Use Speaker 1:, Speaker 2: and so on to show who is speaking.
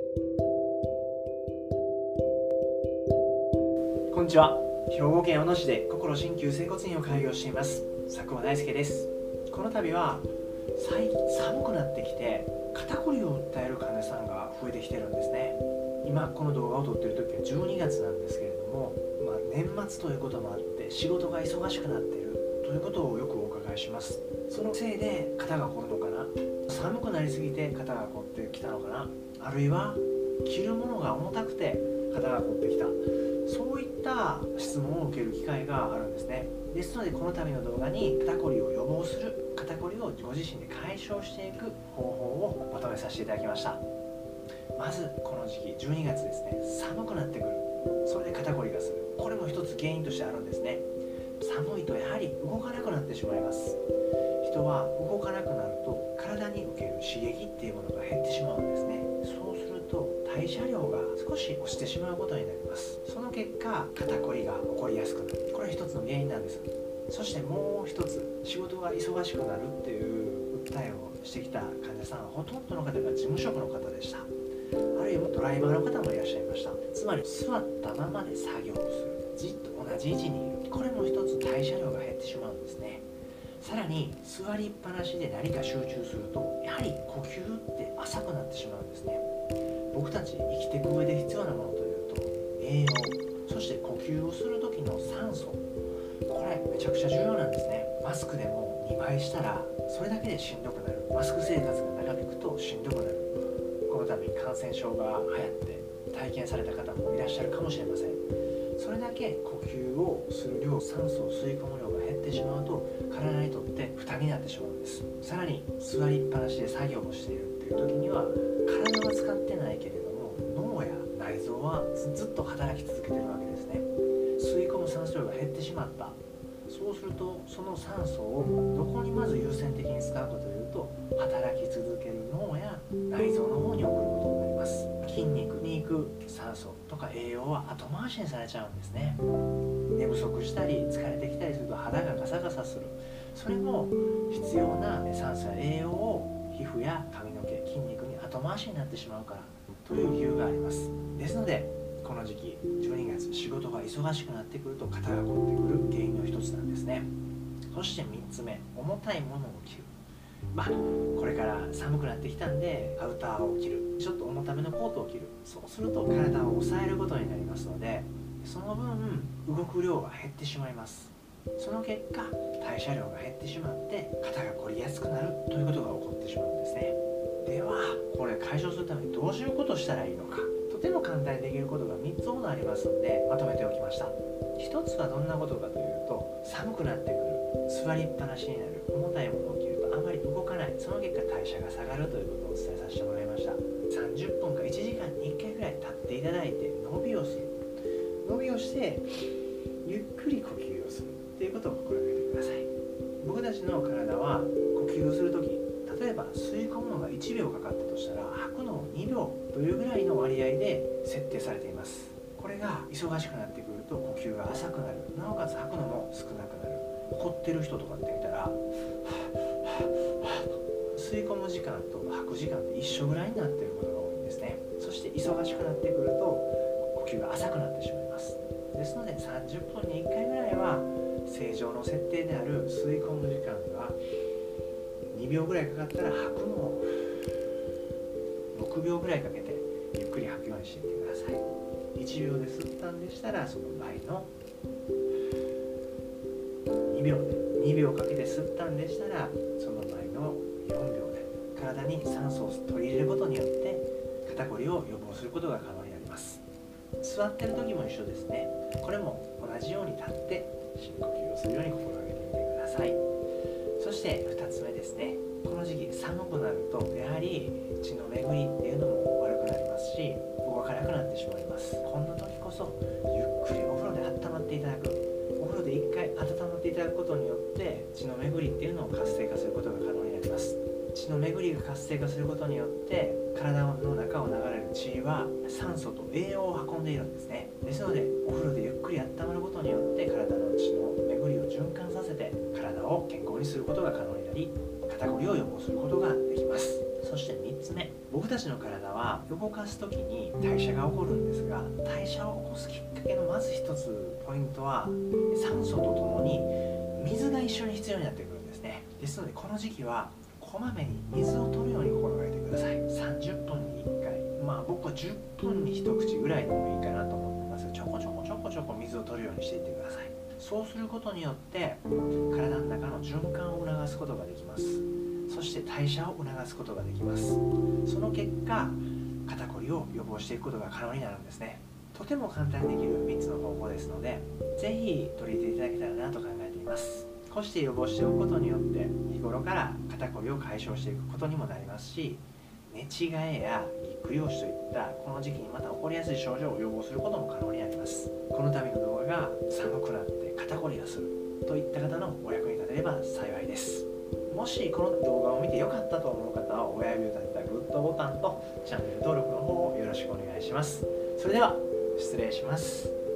Speaker 1: こんにちは。兵庫県小野市で心鍼灸整骨院を開業しています佐久間大輔です。この度は寒くなってきて肩こりを訴える患者さんが増えてきてるんですね。今この動画を撮っている時は12月なんですけれども、年末ということもあって仕事が忙しくなっているということをよくお伺いします。そのせいで肩が凝るのかな、寒くなりすぎて肩が凝ってきたのかな、あるいは着るものが重たくて肩が凝ってきた、そういった質問を受ける機会があるんですね。ですのでこの度の動画に肩こりを予防する、肩こりをご自身で解消していく方法をまとめさせていただきました。まずこの時期12月ですね、寒くなってくる、それで肩こりがする、これも一つ原因としてあるんですね。寒いとやはり動かなくなってしまいます。人は動かなくなると体に受ける刺激っていうものが減ってしまうんですね。そうすると代謝量が少し落ちてしまうことになります。その結果肩こりが起こりやすくなる、これは一つの原因なんです。そしてもう一つ、仕事が忙しくなるっていう訴えをしてきた患者さんはほとんどの方が事務職の方でした。あるいはドライバーの方もいらっしゃいました。つまり座ったままで作業をする、じっと同じ位置にいる、これも一つ代謝量が減ってしまうんですね。さらに座りっぱなしで何か集中するとやはり呼吸って浅くなってしまうんですね。僕たち生きていく上で必要なものというと栄養、そして呼吸をする時の酸素、これめちゃくちゃ重要なんですね。マスクでも2倍したらそれだけでしんどくなる、マスク生活が長引くとしんどくなる、この度感染症が流行って体験された方もいらっしゃるかもしれません。それだけ呼吸をする量、酸素を吸い込む量が減ってしまうと体にとって負担になってしまうんです。さらに座りっぱなしで作業をしているっていう時には体は使ってないけれども脳や内臓はずっと働き続けてるわけですね。吸い込む酸素量が減ってしまった、そうするとその酸素をどこにまず優先的に使うかというと働き続ける脳や内臓の方に送ることになります。筋肉に行く酸素とか栄養は後回しにされちゃうんですね。寝不足したり疲れてきたりすると肌がガサガサする、それも必要な酸素や栄養を皮膚や髪の毛、筋肉に後回しになってしまうからという理由があります。ですのでこの時期12月、仕事が忙しくなってくると肩が凝ってくる原因の一つなんですね。そして3つ目、重たいものを着る。これから寒くなってきたんでアウターを着る、ちょっと重ためのコートを着る、そうすると体を抑えることになりますので、その分動く量が減ってしまいます。その結果代謝量が減ってしまって肩が凝りやすくなるということが起こってしまうんですね。ではこれ解消するためにどういうことをしたらいいのか、とても簡単にできることが3つほどありますのでまとめておきました。1つはどんなことかというと、寒くなってくる、座りっぱなしになる、重たいものを着るとあまり動かない、その結果代謝が下がるということをお伝えさせてもらいました。30分か1時間に1回ぐらい立っていただいて伸びをする、伸びをしてゆっくり呼吸をするということを心がけてください。僕たちの体は呼吸をするとき、例えば吸い込むのが1秒かかったとしたら吐くのを2秒というぐらいの割合で設定されています。これが忙しくなってくると呼吸が浅くなる、なおかつ吐くのも少なくなる。怒ってる人とかって見たら吸い込む時間と吐く時間って一緒ぐらいになっていることが多いんですね。そして忙しくなってくると呼吸が浅くなってしまいます。ですので30分に1回ぐらいは正常の設定である吸い込む時間が2秒ぐらいかかったら吐くのを6秒ぐらいかけてゆっくり吐くようにしてみてください。1秒で吸ったんでしたらその倍の2秒で、2秒かけて吸ったんでしたらその倍の4秒で体に酸素を取り入れることによって肩こりを予防することが可能になります。座ってる時も一緒ですね。これも同じように立って深呼吸をするように心がけてみてください。そして2つ目ですね、この時期寒くなるとやはり血の巡りっていうのも悪くなりますし動かなくなってしまいます。こんな時こそゆっくりお風呂で温まっていただく、お風呂で1回温まっていただくことによって血の巡りっていうのを活性化することが可能になります。血の巡りが活性化することによって体の中を流れる血は酸素と栄養を運んでいるんですね。ですのでお風呂でゆっくり温まることによって体の血の巡りを循環させて体を健康にすることが可能になり肩こりを予防することができます。 そして3つ目、僕たちの体は動かす時に代謝が起こるんですが、代謝を起こすきっかけのまず一つポイントは、酸素とともに水が一緒に必要になってくるんですね。ですのでこの時期はこまめに水を取るように心がけてください。30分に1回、僕は10分に一口ぐらいでもいいかなと思ってますが、ちょこちょこ水を取るようにしていってください。そうすることによって体の中の循環を促すことができます。そして代謝を促すことができます。その結果、肩こりを予防していくことが可能になるんですね。とても簡単にできる3つの方法ですので、ぜひ取り入れていただけたらなと考えています。こうして予防しておくことによって日頃から肩こりを解消していくことにもなりますし、寝違えやぎっくり腰といったこの時期にまた起こりやすい症状を予防することも可能になります。この度の動画が寒くなって肩こりがするといった方のお役に立てれば幸いです。もしこの動画を見て良かったと思う方は、親指を立てたグッドボタンとチャンネル登録の方をよろしくお願いします。それでは失礼します。